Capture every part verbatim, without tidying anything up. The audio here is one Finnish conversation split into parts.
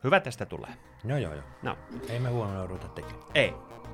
Hyvä tästä tulee. Joo, joo, joo. No. Ei me huomenna ruveta tekemään. Ei.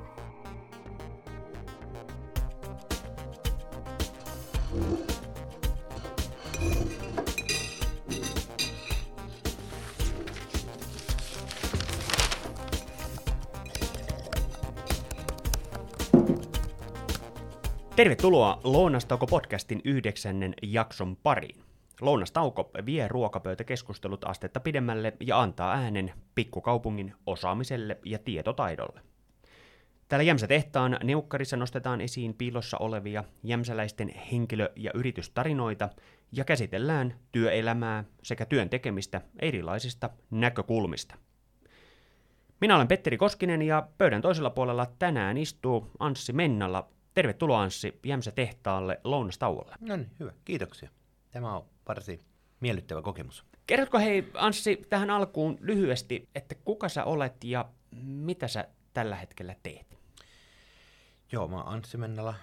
Tervetuloa Lounastauko-podcastin yhdeksännen jakson pariin. Lounastauko vie ruokapöytäkeskustelut astetta pidemmälle ja antaa äänen pikkukaupungin osaamiselle ja tietotaidolle. Täällä Jämsä-tehtaan neukkarissa nostetaan esiin piilossa olevia jämsäläisten henkilö- ja yritystarinoita ja käsitellään työelämää sekä työn tekemistä erilaisista näkökulmista. Minä olen Petteri Koskinen ja pöydän toisella puolella tänään istuu Anssi Mennala. Tervetuloa Anssi Jämsä-tehtaalle lounastauolle. No niin, hyvä. Kiitoksia. Tämä on varsin miellyttävä kokemus. Kerrotko hei Anssi tähän alkuun lyhyesti, että kuka sä olet ja mitä sä tällä hetkellä teet? Joo, mä oon Anssi Mennala,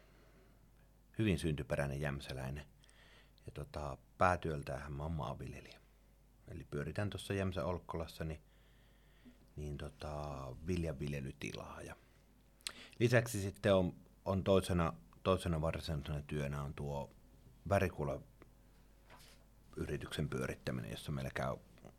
hyvin syntyperäinen jämsäläinen. Ja tota, päätyöltäänhän mä oon maanviljelijä. Eli pyöritän tuossa Jämsä-Olkkolassa niin, niin tota, viljanviljelytilaa. Ja lisäksi sitten on, on toisena, toisena varsinaisena työnä on tuo Värikula yrityksen pyörittäminen, jossa meillä käy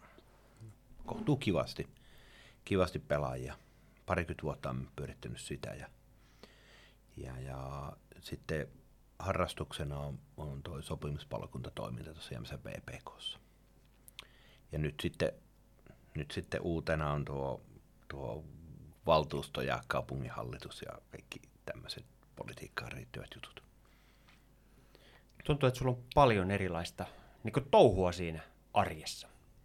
kohtuu kivasti, kivasti pelaajia. Parikymmentä vuotta on pyörittänyt sitä ja, ja, ja sitten harrastuksena on, on tuo sopimuspalokuntatoiminta tuossa Jämsän V P K:ssa. Ja nyt sitten, nyt sitten uutena on tuo, tuo valtuusto ja kaupunginhallitus ja kaikki tämmöiset politiikkaan riittyvät jutut. Tuntuu, että sulla on paljon erilaista niin kuin touhua siinä arjessa.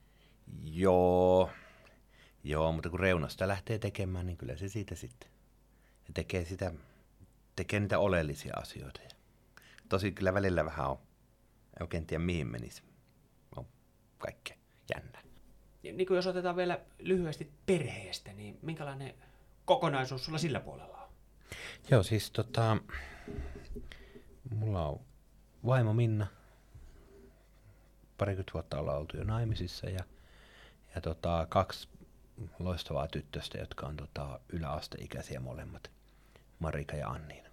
Joo, joo, mutta kun reunasta lähtee tekemään, niin kyllä se siitä sitten. Ja tekee, sitä, tekee niitä oleellisia asioita. Tosi kyllä välillä vähän on, en oikein tiedä mihin menisi. On kaikkea jännää. Niin kuin jos otetaan vielä lyhyesti perheestä, niin minkälainen kokonaisuus sulla sillä puolella on? Joo, siis tota, mulla on vaimo Minna. Parikymmentä vuotta ollaan oltu jo naimisissa ja, ja tota, kaksi loistavaa tyttöstä, jotka on tota, yläasteikäisiä molemmat, Marika ja Anniina.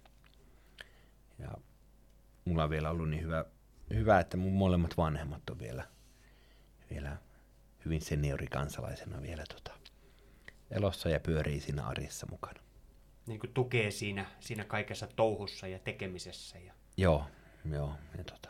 Ja mulla on vielä ollut niin hyvä, hyvä että mun molemmat vanhemmat on vielä, vielä hyvin seniorikansalaisena vielä tota, elossa ja pyörii siinä arjessa mukana. Niin kuin tukee siinä, siinä kaikessa touhussa ja tekemisessä. Ja... Joo, joo. Ja tota,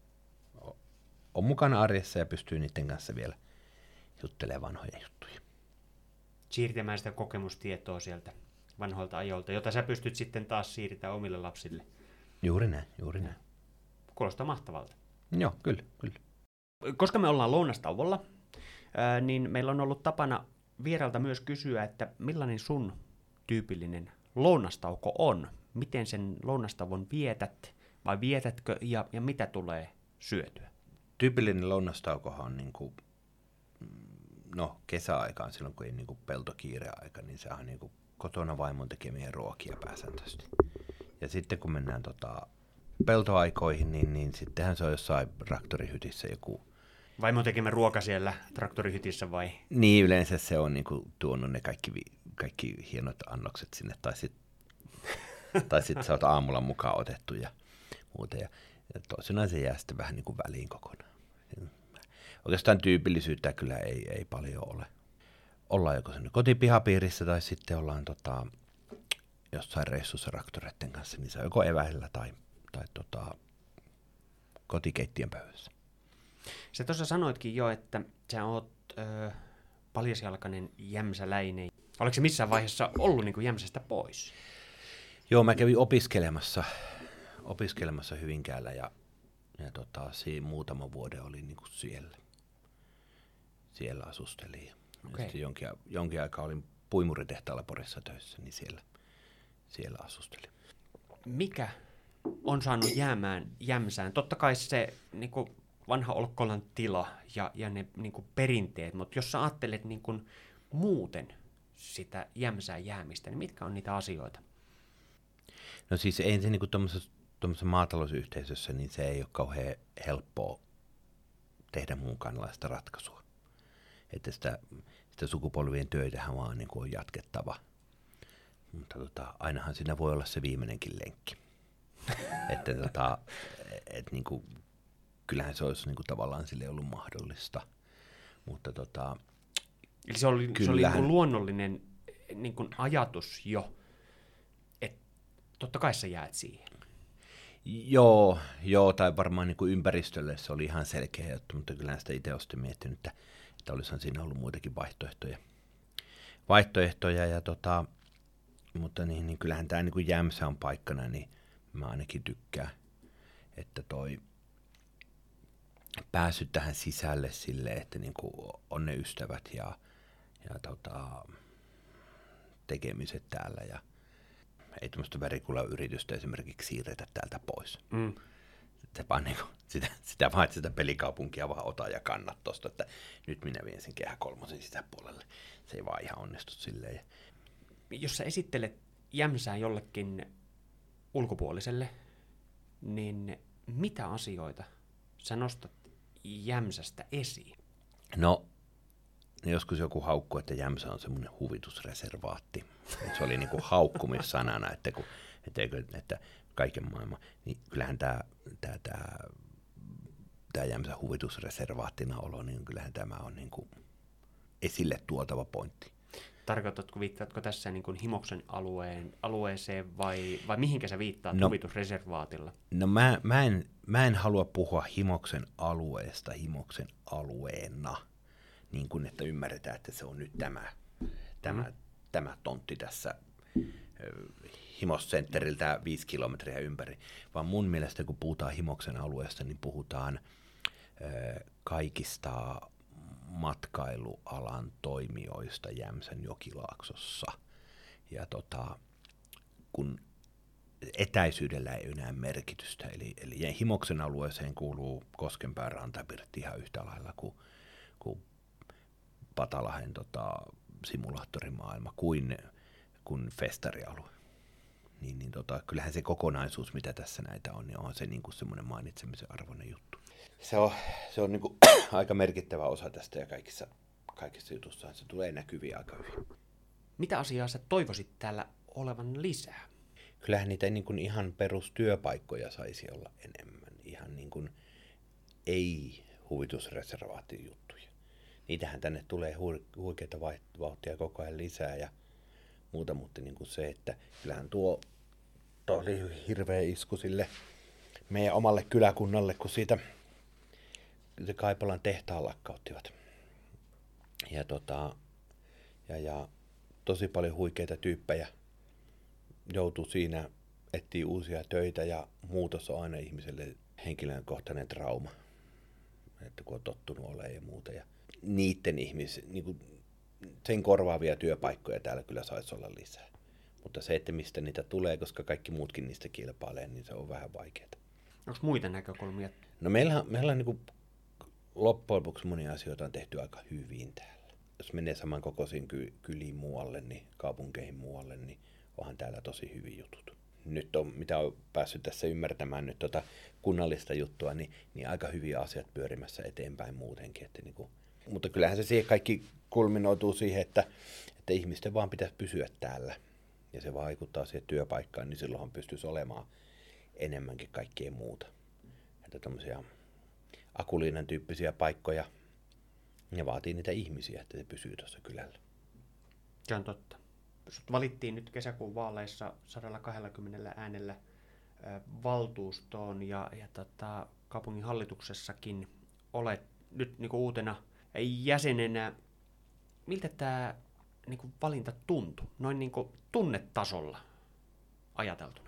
on mukana arjessa ja pystyy niiden kanssa vielä juttelemaan vanhoja juttuja. Siirtämään sitä kokemustietoa sieltä vanhoilta ajoilta, jota sä pystyt sitten taas siirtämään omille lapsille. Juuri näin, juuri näin. Kuulostaa mahtavalta. Joo, kyllä, kyllä. Koska me ollaan lounastauolla, ää, niin meillä on ollut tapana vierailta myös kysyä, että millainen sun tyypillinen lounastauko on? Miten sen lounastauon vietät vai vietätkö ja, ja mitä tulee syötyä? Tyypillinen lounastaukohan on niin kuin, no kesäaikaan silloin kun ei niin kuin peltokiireaika, niin se on niin kuin kotona vaimon tekemiä ruokia pääsääntöisesti. Ja sitten kun mennään tota peltoaikoihin, niin, niin sittenhän se on jossain traktorihytissä joku. Vaimo tekemä ruoka siellä traktorihytissä vai? Niin, yleensä se on niin kuin tuonut ne kaikki, kaikki hienot annokset sinne, tai sitten tai sit sä oot aamulla mukaan otettu ja muuta. Ja, ja toisenaan se jää sitten vähän niin kuin väliin kokonaan. Oikeastaan tyypillisyyttä kyllä ei, ei paljon ole. Ollaan joko sen kotipihapiirissä tai sitten ollaan tota, jossain reissussa traktoreiden kanssa, niin se on joko eväillä tai, tai tota, kotikeittiön pöydässä. Sä tuossa sanoitkin jo, että sä oot ö, paljasjalkainen jämsäläinen. Oliko se missään vaiheessa ollut niin kuin Jämsästä pois? Joo, mä kävin opiskelemassa, opiskelemassa Hyvinkäällä ja, ja tota, siinä muutama vuoden oli niin kuin siellä. Siellä asustelin. Okay. Ja sitten jonkin, jonkin aikaa olin puimuritehtaalla Porissa töissä, niin siellä, siellä asustelin. Mikä on saanut jäämään Jämsään? Totta kai se niin kuin vanha Olkkolan tila ja, ja ne niin kuin perinteet, mutta jos sä ajattelet niin kuin muuten sitä Jämsään jäämistä, niin mitkä on niitä asioita? No siis ei se niin tuommoisessa maatalousyhteisössä, niin se ei ole kauhean helppoa tehdä muunkaanlaista ratkaisua. Että sitä, sitä sukupolvien töitähän vaan niin kuin on jatkettava. Mutta tota, ainahan siinä voi olla se viimeinenkin lenkki. että tota, et niin kuin, kyllähän se olisi niin kuin tavallaan sille ollut mahdollista. Mutta tota, eli se oli, se oli niin kuin luonnollinen niin kuin ajatus jo, että totta kai sä jäät siihen. Joo, joo, tai varmaan niin kuin ympäristölle se oli ihan selkeä juttu, mutta kyllähän sitä itse olen miettinyt, että, että olisihan siinä ollut muitakin vaihtoehtoja. Vaihtoehtoja, ja tota, mutta niin, niin kyllähän tämä niin kuin Jämsä on paikkana, niin mä ainakin tykkään, että toi päässyt tähän sisälle silleen, että niin kuin on ne ystävät ja, ja tota, tekemiset täällä ja ei tämmöistä verikulayritystä esimerkiksi siirretä täältä pois. Mm. Se vaan niin kuin, sitä, sitä vaan, sitä pelikaupunkia vaan ota ja kannat tosta, että nyt minä vien sen Kehä Kolmosen sisäpuolelle. Se ei vaan ihan onnistu silleen. Jos sä esittelet Jämsää jollekin ulkopuoliselle, niin mitä asioita sä nostat Jämsästä esiin? No, joskus joku haukkui, että Jämsä on semmoinen huvitusreservaatti. Se oli niinku haukkumissanana, että, kun, että, että kaiken maailman. Niin kyllähän tämä tää, tää, tää Jämsä huvitusreservaattina olo, niin kyllähän tämä on niinku esille tuotava pointti. Tarkoitatko, viittaatko tässä niin kuin Himoksen alueen, alueeseen vai, vai mihinkä sä viittaat no, huvitusreservaatilla? No mä, mä, en, mä en halua puhua Himoksen alueesta Himoksen alueena, niin kuin että ymmärretään, että se on nyt tämä, tämä, mm. tämä tontti tässä Himos-sentteriltä viisi kilometriä ympäri, vaan mun mielestä kun puhutaan Himoksen alueesta, niin puhutaan ö, kaikista matkailualan toimijoista Jämsän jokilaaksossa. Ja tota, kun etäisyydellä ei enää merkitystä, eli, eli Himoksen alueeseen kuuluu Koskenpään rantapirtti ihan yhtä lailla kuin, kuin Patalahen tota, simulaattorimaailma, kuin, kuin festarialue. Niin, niin tota, kyllähän se kokonaisuus, mitä tässä näitä on, niin on se niin kuin semmoinen mainitsemisen arvoinen juttu. Se on, se on niin kuin aika merkittävä osa tästä ja kaikissa, kaikissa jutussa se tulee näkyviin aika hyvin. Mitä asiaa sä toivoisit täällä olevan lisää? Kyllähän niitä niin kuin ihan perustyöpaikkoja saisi olla enemmän. Ihan niin kuin ei-huvitusreservaattijuttuja. Niitähän tänne tulee huikeita vauhtia koko ajan lisää ja muuta, mutta niin kuin se, että kyllähän tuo tosi hirveä isku sille meidän omalle kyläkunnalle, kun siitä se Kaipolan tehtaan lakkauttivat. Ja, tota, ja, ja tosi paljon huikeita tyyppejä joutuu siinä etsiä uusia töitä ja muutos on aina ihmiselle henkilökohtainen trauma, että kun on tottunut olemaan ja muuta. Ja niiden ihmis, niin kuin sen korvaavia työpaikkoja täällä kyllä saisi olla lisää. Mutta se, että mistä niitä tulee, koska kaikki muutkin niistä kilpailee, niin se on vähän vaikeaa. Onko muita näkökulmia? No meillä, meillä on niin kuin loppujen lopuksi monia asioita on tehty aika hyvin täällä. Jos menee samankokoisiin ky- kyliin muualle, niin kaupunkeihin muualle, niin onhan täällä tosi hyvin jutut. Nyt on, mitä on päässyt tässä ymmärtämään nyt tota kunnallista juttua, niin, niin aika hyviä asiat pyörimässä eteenpäin muutenkin. Että niin kuin, mutta kyllähän se siihen kaikki kulminoituu siihen, että, että ihmisten vaan pitäisi pysyä täällä. Ja se vaikuttaa siihen työpaikkaan, niin silloinhan pystyisi olemaan enemmänkin kaikkea muuta. Että tämmöisiä Akuliinan tyyppisiä paikkoja, ne vaatii niitä ihmisiä, että se pysyy tuossa kylällä. Se on totta. Sut valittiin nyt kesäkuun vaaleissa sata kaksikymmentä äänellä ö, valtuustoon ja, ja tota, kaupungin hallituksessakin olet nyt niinku uutena jäsenenä. Miltä tämä niinku valinta tuntui, noin niinku tunnetasolla ajateltuna?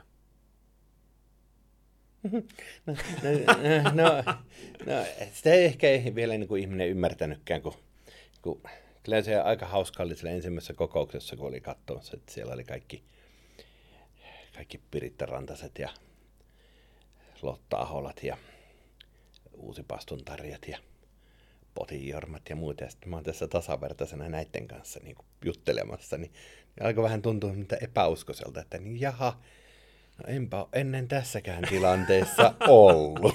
No, no, no, no, sitä ei ehkä vielä niin kuin ihminen ymmärtänytkään, kun, kun kyllä se aika hauska oli siellä ensimmäisessä kokouksessa, kun oli katsomassa, että siellä oli kaikki, kaikki Piritta Rantaset ja Lotta Aholat ja Uusi Pastuntarjat ja Potin Jormat ja muut. Ja sitten mä oon tässä tasavertaisena näiden kanssa niin kuin juttelemassa, niin, niin alkoi vähän tuntua mitä epäuskoiselta, että niin jaha, no enpä ole ennen tässäkään tilanteessa ollut.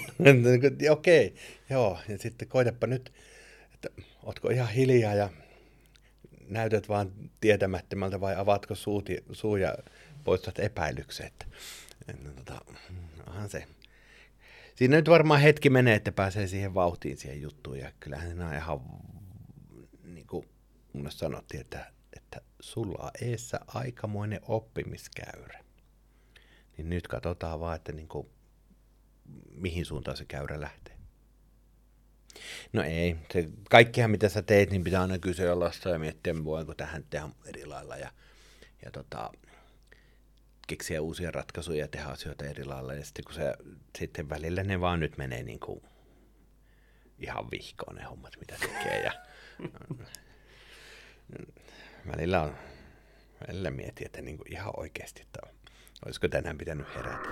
Okei, okay, joo. Ja sitten koitapa nyt, että ootko ihan hiljaa ja näytöt vaan tietämättömältä vai avaatko suut ja, suu ja poistat epäilyksen, että no, tota, onhan se. Siinä nyt varmaan hetki menee, että pääsee siihen vauhtiin siihen juttuun ja kyllähän se on ihan, niin kuin mun sanottiin, että, että sulla on eessä aikamoinen oppimiskäyrä. Niin nyt katsotaan vaan, että niin kuin, mihin suuntaan se käyrä lähtee. No ei, se, kaikkihan mitä sä teet, niin pitää aina kysyä lasta ja miettiä, voinko tähän tehdä eri lailla ja, ja tota, keksiä uusia ratkaisuja ja tehdä asioita eri lailla. Ja sitten kun se, sitten välillä ne vaan nyt menee niin kuin ihan vihkoon ne hommat, mitä tekee. Ja, välillä, on, välillä mietin, että niin kuin ihan oikeasti, että olisiko tänään pitänyt herätä.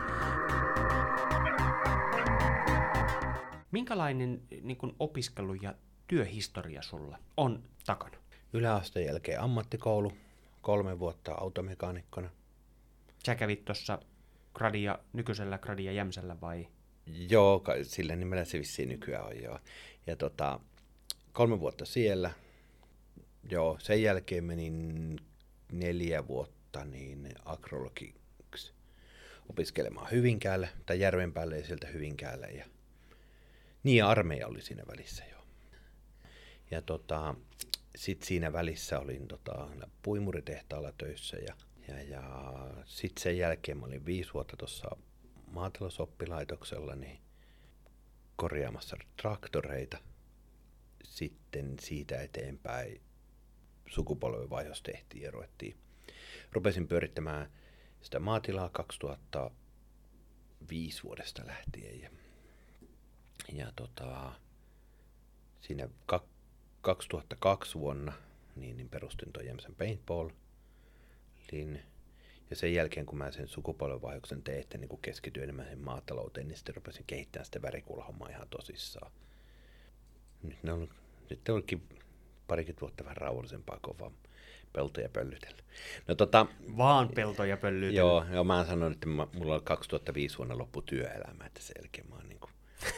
Minkälainen niin kuin opiskelu- ja työhistoria sulla on takana? Yläasteen jälkeen ammattikoulu, kolme vuotta automekaanikkona. Sä kävit tuossa gradia, nykyisellä gradia Jämsällä vai? Joo, sillä nimellä se vissiin nykyään on joo. Ja tota, kolme vuotta siellä. Joo, sen jälkeen menin neljä vuotta niin agrologiksi opiskelemaan Hyvinkäälle, tai Järvenpäälle ja sieltä Hyvinkäälle. Ja niin, ja armeija oli siinä välissä jo. Ja tota, sitten siinä välissä olin tota, puimuritehtaalla töissä ja, ja, ja sitten sen jälkeen mä olin viisi vuotta tuossa maatalousoppilaitoksella niin korjaamassa traktoreita. Sitten siitä eteenpäin sukupolvenvaihdos tehtiin ja ruvettiin. Rupesin pyörittämään sitä maatilaa kaksituhattaviisi vuodesta lähtien ja Ja tota, siinä kaksituhattakaksi vuonna niin, niin perustin tuon Jämsän Paintballin. Ja sen jälkeen, kun mä sen sukupolvenvaihdoksen tein, että niin keskityin enemmän sen maatalouteen, niin sitten rupesin kehittämään sitä värikulhommaa ihan tosissaan. Nyt ne on, nyt onkin parikymmentä vuotta vähän rauhallisempaa, kun vaan peltoja pöllytellä. No, tota, Vaan peltoja pöllytellä. Joo, joo, mä sanon, että mä, mulla on kaksituhattaviisi vuonna loppu työelämä, että sen jälkeen mä oon niin kuin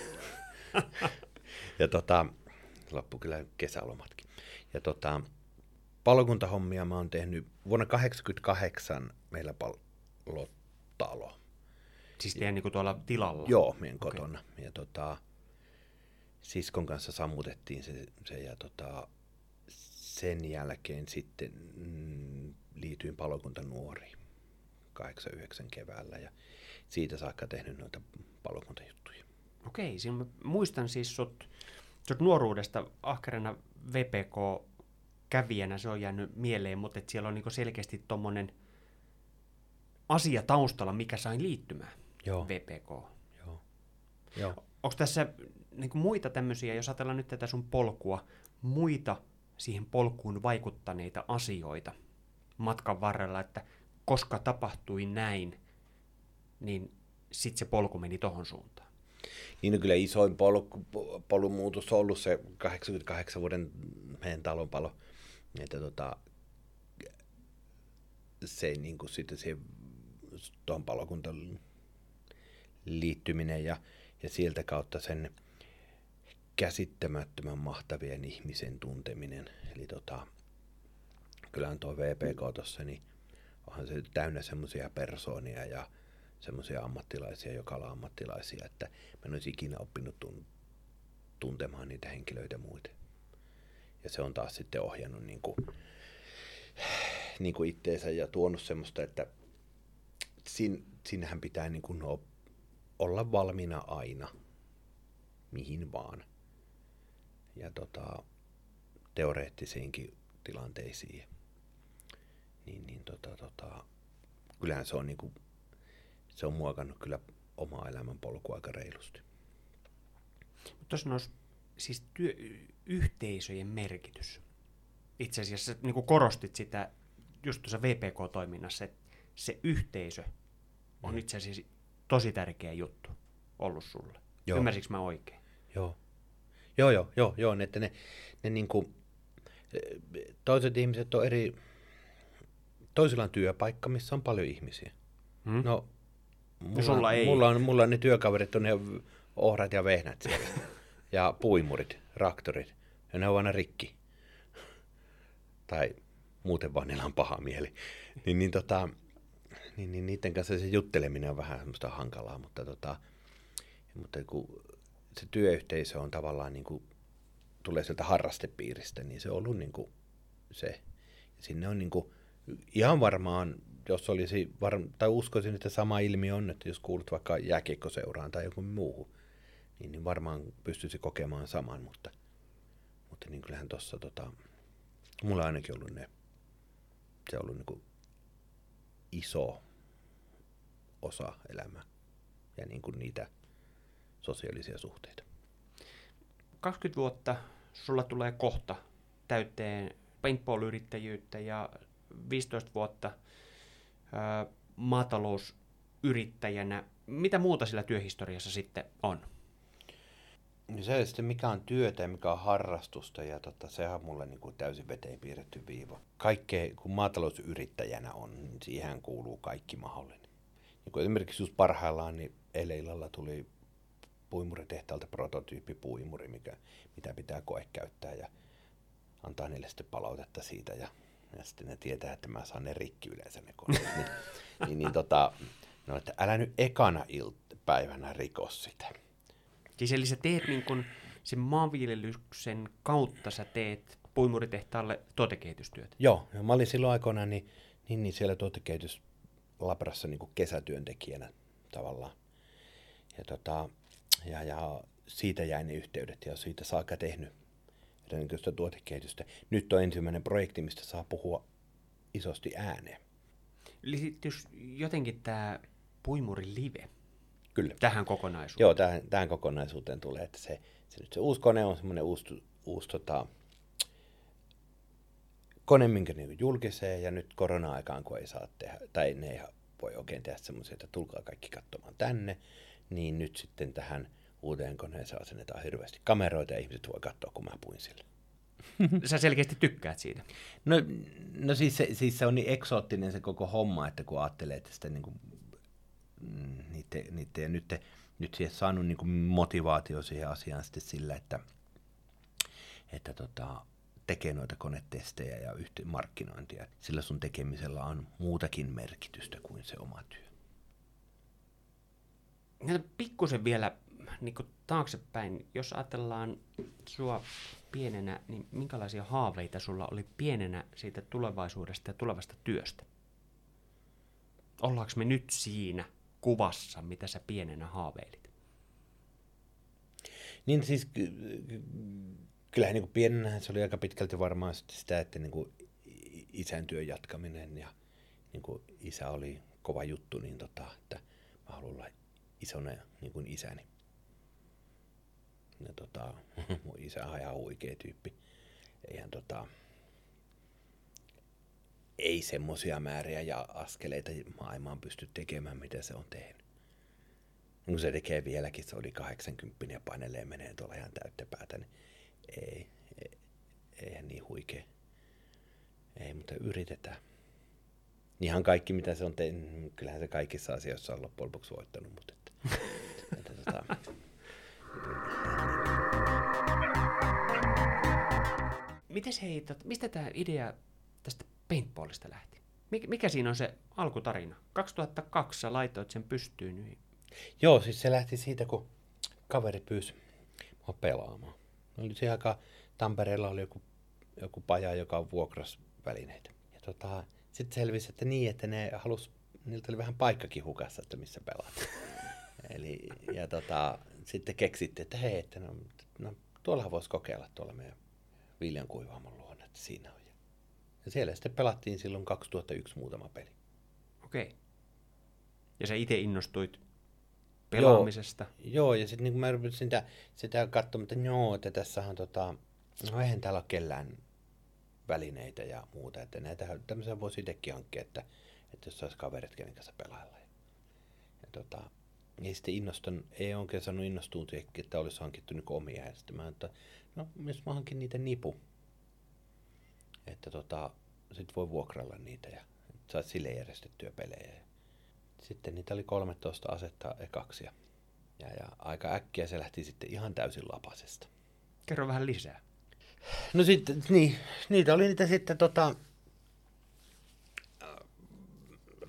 ja tota, loppu kyllä kesälomatkin. Ja tota, palokuntahommia mä oon tehnyt vuonna kahdeksankymmentäkahdeksan meillä palotalo. Siis teidän niin kuin tuolla tilalla? Joo, meidän okay. kotona. Ja tota, siskon kanssa sammutettiin se, se ja tota, sen jälkeen sitten mm, liityin palokuntanuoriin kahdeksankymmentäyhdeksän keväällä ja siitä saakka tehnyt noita palokuntajuttuja. Okei, siinä mä muistan siis sut, sut nuoruudesta ahkerana V P K-kävijänä, se on jäänyt mieleen, mutta et siellä on niinku selkeästi tommonen asia taustalla, mikä sai liittymään Joo. V P K. Joo. Joo. Onko tässä niinku muita tämmöisiä, jos ajatellaan nyt tätä sun polkua, muita siihen polkuun vaikuttaneita asioita matkan varrella, että koska tapahtui näin, niin sitten se polku meni tohon suuntaan? Niin on kyllä isoin polku, polun muutos on ollut se kahdeksankymmentäkahdeksan vuoden meidän talonpalo. Että tota, se niin kuin sitten se tuon palokuntaan liittyminen ja, ja sieltä kautta sen käsittämättömän mahtavien ihmisen tunteminen. Eli tota, kyllähän tuo V P K tuossa, niin onhan se täynnä semmoisia persoonia ja semmoisia ammattilaisia, jokala-ammattilaisia, että mä en olisi ikinä oppinut tun- tuntemaan niitä henkilöitä muuten. Ja se on taas sitten ohjannut niin kuin, niin kuin itteensä ja tuonut semmoista, että sin, sinnehän pitää niin kuin olla valmiina aina, mihin vaan. Ja tota, teoreettisiinkin tilanteisiin. Niin, niin tota, tota, kyllähän se on niin kuin se on muokannut kyllä omaa elämänpolkua aika reilusti. Tuossa nousi siis työ, yhteisöjen merkitys. Itse asiassa niin kuin korostit sitä just tuossa V P K-toiminnassa, että se yhteisö on mm. itse asiassa tosi tärkeä juttu ollut sulle. Joo. Ymmärsikö mä oikein? Joo. Joo, joo, joo, joo. Että ne, ne niin kuin, toiset ihmiset on eri, toisilla on työpaikka, missä on paljon ihmisiä. Hmm? No, mulla, sulla ei. Mulla on, mulla on ne työkaverit, on ne ohrat ja vehnät siellä. Ja puimurit, traktorit. Ja ne on aina rikki. Tai muuten vaan niillä on paha mieli. Niin, niin, tota, niin, niin niiden kanssa se jutteleminen on vähän semmoista hankalaa, mutta, tota, mutta kun se työyhteisö on tavallaan niin kuin, tulee sieltä harrastepiiristä, niin se on ollut niin kuin se. Ja sinne on niin kuin, ihan varmaan, jos olisi, var, tai uskoisin, että sama ilmiö on, että jos kuulut vaikka jääkiekkoseuraan tai joku muuhun, niin, niin varmaan pystyisi kokemaan saman, mutta, mutta niin kyllähän tuossa, tota, mulla on ainakin ollut ne, se on ollut niin kuin iso osa elämää ja niin kuin niitä sosiaalisia suhteita. kaksikymmentä vuotta sulla tulee kohta täyteen paintball-yrittäjyyttä ja viisitoista vuotta ää, maatalousyrittäjänä. Mitä muuta sillä työhistoriassa sitten on? Se sitten mikä on työtä ja mikä on harrastusta ja tota, sehän on mulle niin kuin täysin veteen piirretty viiva. Kaikkea, kun maatalousyrittäjänä on, niin siihen kuuluu kaikki mahdollinen. Niin kuin esimerkiksi just parhaillaan, niin eilen illalla tuli puimuritehtaalta prototyyppipuimuri, mikä, mitä pitää koekäyttää ja antaa niille sitten palautetta siitä ja, ja sitten ne tietää, että mä saan ne rikki yleensä ne koneet. niin, niin, niin tota, no, että älä nyt ekana iltapäivänä rikos sitä. Siis eli sä teet niin kun sen maanviljelyksen kautta sä teet puimuritehtaalle tuotekehitystyötä? Joo, ja mä olin silloin aikoinaan niin, niin, niin siellä tuotekehityslabrassa niin kuin kesätyöntekijänä tavallaan. Ja, tota, ja, ja siitä jäi ne yhteydet ja siitä saakka tehnyt erinäköistä tuotekehitystä. Nyt on ensimmäinen projekti, mistä saa puhua isosti ääneen. Eli jos jotenkin tämä puimuri live Kyllä. tähän kokonaisuuteen? Joo, tähän, tähän kokonaisuuteen tulee, että se, se, nyt se uusi kone on semmoinen uusi, uusi tota, kone, minkä niin julkisee, ja nyt korona-aikaan, kun ei saa tehdä, tai ne ei voi oikein tehdä semmoisia, että tulkaa kaikki katsomaan tänne, niin nyt sitten tähän uuteen koneeseen asennetaan hirveästi kameroita, ja ihmiset voi katsoa, kun mä puin sille. Sä selkeästi tykkäät siitä. No, no siis, se, siis se on niin eksoottinen se koko homma, että kun ajattelee, että sitä niin kuin, niitä, niitä, ja nyt, nyt siihen saanut niin kuin motivaatio siihen asiaan sitten sillä, että, että tota, tekee noita konetestejä ja yhteen markkinointia. Sillä sun tekemisellä on muutakin merkitystä kuin se oma työ. Ja pikkusen vielä niin kuin taaksepäin, jos ajatellaan sua pienenä, niin minkälaisia haaveita sulla oli pienenä siitä tulevaisuudesta ja tulevasta työstä? Ollaanko me nyt siinä kuvassa, mitä sä pienenä haaveilit? Niin siis kyllähän niin kuin pienenä se oli aika pitkälti varmaan sitä, että niin kuin isän työn jatkaminen ja niin kuin isä oli kova juttu, niin tota, että mä haluan olla isona niin kuin isäni. Ja tota, mun isä on ihan huikea tyyppi. Eihän tota, ei semmoisia määriä ja askeleita maailmaan pysty tekemään, mitä se on tehnyt. Kun se tekee vieläkin, se oli kahdeksankymmentä ja painelee menee tuolla ihan täyttä päätä, niin ei, ei, eihän niin huikea. Ei, mutta yritetään. Ihan kaikki, mitä se on tehnyt, kyllähän se kaikissa asioissa on loppujen lopuksi voittanut, mutta että, että, tota, Mites hei, tot, mistä tämä idea tästä paintballista lähti? Mik, mikä siinä on se alkutarina? kaksituhattakaksi sä laitoit sen pystyyn. Niin... Joo, siis se lähti siitä, kun kaveri pyysi mua pelaamaan. Oli siihen aikaan Tampereella oli joku, joku paja, joka vuokrasi välineitä. Ja tota, sitten selvisi, että niin, että ne halus, niiltä oli vähän paikkakin hukassa, että missä pelaat. Eli, ja tota, sitten keksittiin, että hei, että no, no, tuollahan voisi kokeilla tuolla meidän viljankuivaamon luona, että siinä on. Ja siellä sitten pelattiin silloin kaksituhattayksi muutama peli. Okei. Ja sä itse innostuit pelaamisesta? Joo, joo ja sitten niin mä rupesin sitä, sitä katsomaan, että joo, että tässä on tota, no eihän täällä ole kellään välineitä ja muuta, että näitä tämmöisiä voisi itsekin hankkia, että, että jos saisi kaverit, kenen kanssa pelailla. Ja, ja tota, ja sitten innostun, ei oikein saanut innostunut, että olisi hankittu niin omia. Ja sitten mä että no, jos mä hankin niitä nipu, että tota, sit voi vuokralla niitä ja saisi sille järjestettyä pelejä. Ja sitten niitä oli kolmetoista asetta ekaksi ja, ja, ja aika äkkiä se lähti sitten ihan täysin lapasesta. Kerro vähän lisää. No sitten, niin, niitä oli niitä sitten tota,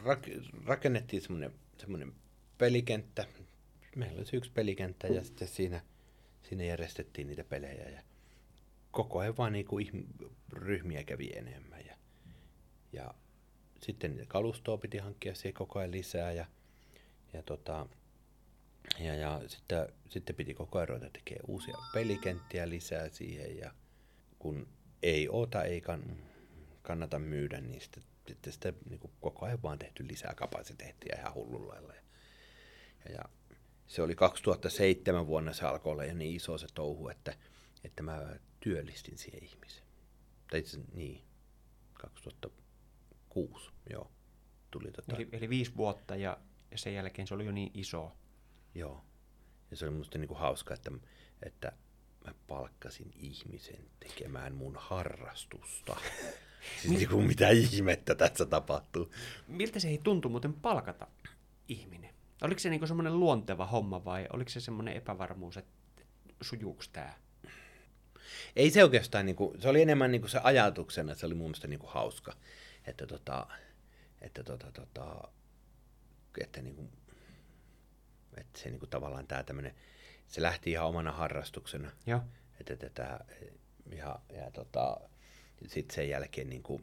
rak- rakennettiin semmoinen, semmoinen pelikenttä. Meillä oli yksi pelikenttä ja sitten siinä, siinä järjestettiin niitä pelejä ja koko ajan vaan niin kuin ihm- ryhmiä kävi enemmän. Ja, ja sitten niitä kalustoa piti hankkia siihen koko ajan lisää ja, ja, tota, ja, ja sitten, sitten piti koko ajan ruveta tekemään uusia pelikenttiä lisää siihen ja kun ei oota, ei kann- kannata myydä, niin sitten, sitten sitä niin kuin koko ajan vaan tehty lisää kapasiteettia ihan hullulla lailla. Ja, ja, ja se oli kaksituhattaseitsemän vuonna se alkoi olla jo niin iso se touhu, että, että mä työllistin siihen ihmisen. Tai itse niin, kaksituhattakuusi, joo. Tuli tota... eli, eli viisi vuotta ja, ja sen jälkeen se oli jo niin iso. Joo. Ja se oli musta niinku hauska, että, että mä palkkasin ihmisen tekemään mun harrastusta. Siis niinku mitä ihmettä tässä tapahtuu. Miltä se ei tuntu muuten palkata ihminen? Oliko se niinku semmoinen luonteva homma vai oliko se semmoinen epävarmuus, että sujuuko tämä? Ei se oikeastaan, niinku, se oli enemmän niinku se ajatuksena, se oli mun mielestä niinku hauska, että, tota, että, tota, tota, että, niinku, että se niinku, tavallaan tämä tämmöinen, se lähti ihan omana harrastuksena. Joo. Että tätä, ja, ja tota, sitten sen jälkeen niinku,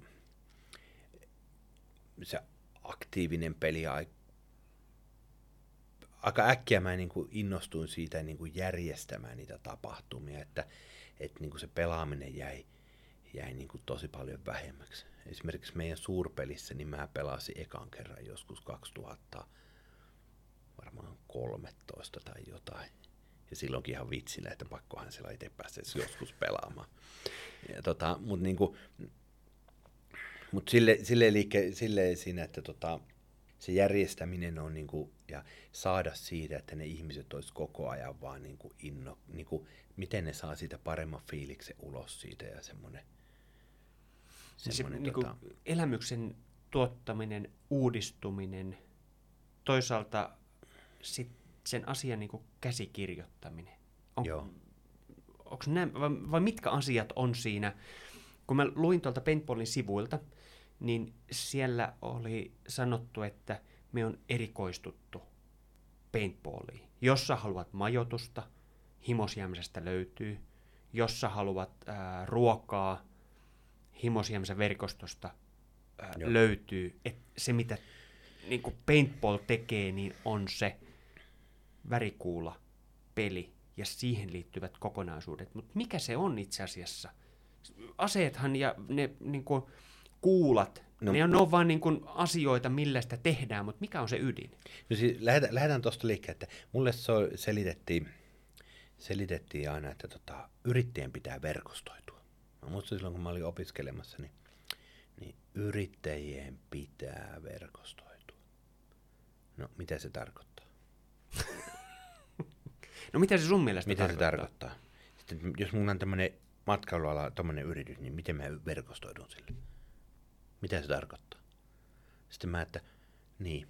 se aktiivinen peli aika äkkiä mä niin kuin innostuin siitä niin kuin järjestämään niitä tapahtumia, että, että niin kuin se pelaaminen jäi, jäi niin kuin tosi paljon vähemmäksi. Esimerkiksi meidän suurpelissä niin mä pelasin ekan kerran joskus kaksituhatta, varmaan kolmetoista tai jotain. Ja silloinkin ihan vitsinä, että pakkohan siellä itse pääsisi joskus pelaamaan. Ja tota, mutta niinku, mut sille, sille, liike, sille siinä, että tota, se järjestäminen on niinku, ja saada siitä, että ne ihmiset olisi koko ajan vaan niinku inno, niinku, miten ne saa siitä paremman fiiliksen ulos siitä ja semmoinen. Se, niinku, tota... elämyksen tuottaminen, uudistuminen, toisaalta sit sen asian niinku käsikirjoittaminen. On, Joo. Onko nämä, vai, vai mitkä asiat on siinä? Kun mä luin tuolta Paintballin sivuilta, niin siellä oli sanottu, että me on erikoistuttu paintballiin. Jos sä haluat majoitusta, Himosjämsästä löytyy. Jos sä haluat ää, ruokaa, Himosjämsän verkostosta ää, löytyy. Et se, mitä niin kuin paintball tekee, niin on se värikuula peli ja siihen liittyvät kokonaisuudet. Mutta mikä se on itse asiassa? Aseethan ja ne niin kuin kuulat, no, ne on, ne on vaan niin kuin asioita, millä sitä tehdään, mutta mikä on se ydin? No siis lähdetään, lähdetään tuosta liikkeelle, että mulle se selitettiin, selitettiin aina, että tota, yrittäjien pitää verkostoitua. Mä muistan silloin, kun mä olin opiskelemassa, niin, niin yrittäjien pitää verkostoitua. No, mitä se tarkoittaa? No, mitä se sun mielestä mitä tarkoittaa? se tarkoittaa? Sitten, jos mulla on tämmöinen matkailuala, tämmöinen yritys, niin miten mä verkostoidun sille? Mitä se tarkoittaa? Sitten mä, että niin.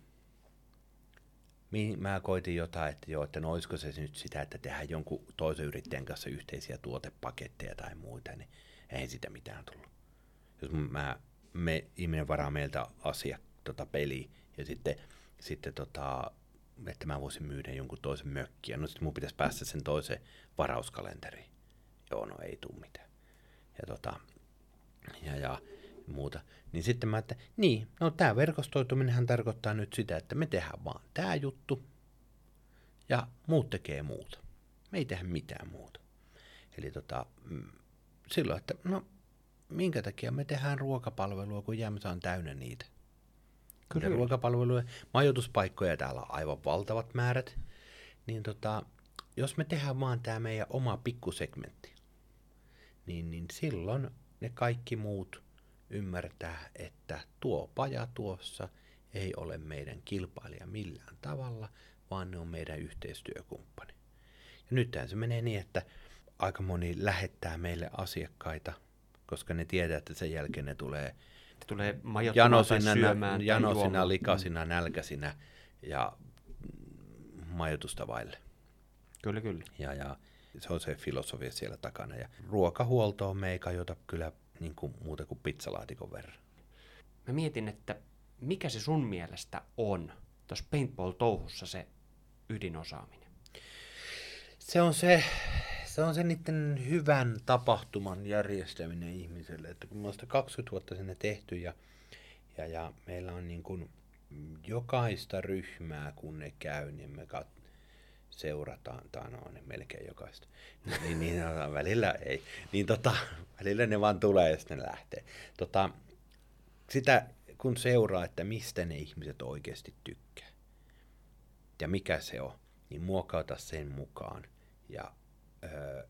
Mä koitin jotain, että joo, että no olisiko se nyt sitä, että tehdään jonkun toisen yrittäjän kanssa yhteisiä tuotepaketteja tai muita, niin ei sitä mitään tullut. Jos mä, me, ihminen varaa meiltä asia, tota peliä, ja sitten, sitten tota, että mä voisin myydä jonkun toisen mökkiä, no sitten mun pitäisi päästä sen toisen varauskalenteriin. Joo, no ei tule mitään. Ja tota, ja, ja muuta. Niin sitten mä, että niin, no tää verkostoituminenhan tarkoittaa nyt sitä, että me tehdään vaan tää juttu ja muut tekee muuta. Me ei tehdä mitään muuta. Eli tota, silloin, että no minkä takia me tehdään ruokapalvelua, kun Jämsä on täynnä niitä. Kyllä. Ruokapalveluja, majoituspaikkoja täällä on aivan valtavat määrät. Niin tota, jos me tehdään vaan tää meidän oma pikkusegmentti, niin, niin silloin ne kaikki muut ymmärtää, että tuo paja tuossa ei ole meidän kilpailija millään tavalla, vaan ne on meidän yhteistyökumppani. Ja nythän se menee niin, että aika moni lähettää meille asiakkaita, koska ne tietää, että sen jälkeen ne tulee, tulee majoittamaan tai syömään. Janosina, likasina, nälkäisinä ja majoitusta vaille. Kyllä, kyllä. Ja, ja se on se filosofia siellä takana. Ja ruokahuoltoon me ei kajota kyllä niin kuin muuta kuin pizzalaatikon verran. Mä mietin, että Mikä se sun mielestä on tuossa paintball-touhussa se ydinosaaminen? Se on se, se on se niiden hyvän tapahtuman järjestäminen ihmiselle. Että kun me on sitä kaksikymmentä vuotta sinne tehty ja, ja, ja meillä on niin kuin jokaista ryhmää, kun ne käy, niin me kat- seurataan, tai no niin melkein jokaista. Niin, niin no, välillä ei. Niin tota, välillä ne vaan tulee ja sitten ne lähtee. Tota, sitä kun seuraa, että mistä ne ihmiset oikeasti tykkää ja mikä se on, niin muokauta sen mukaan. Ja öö,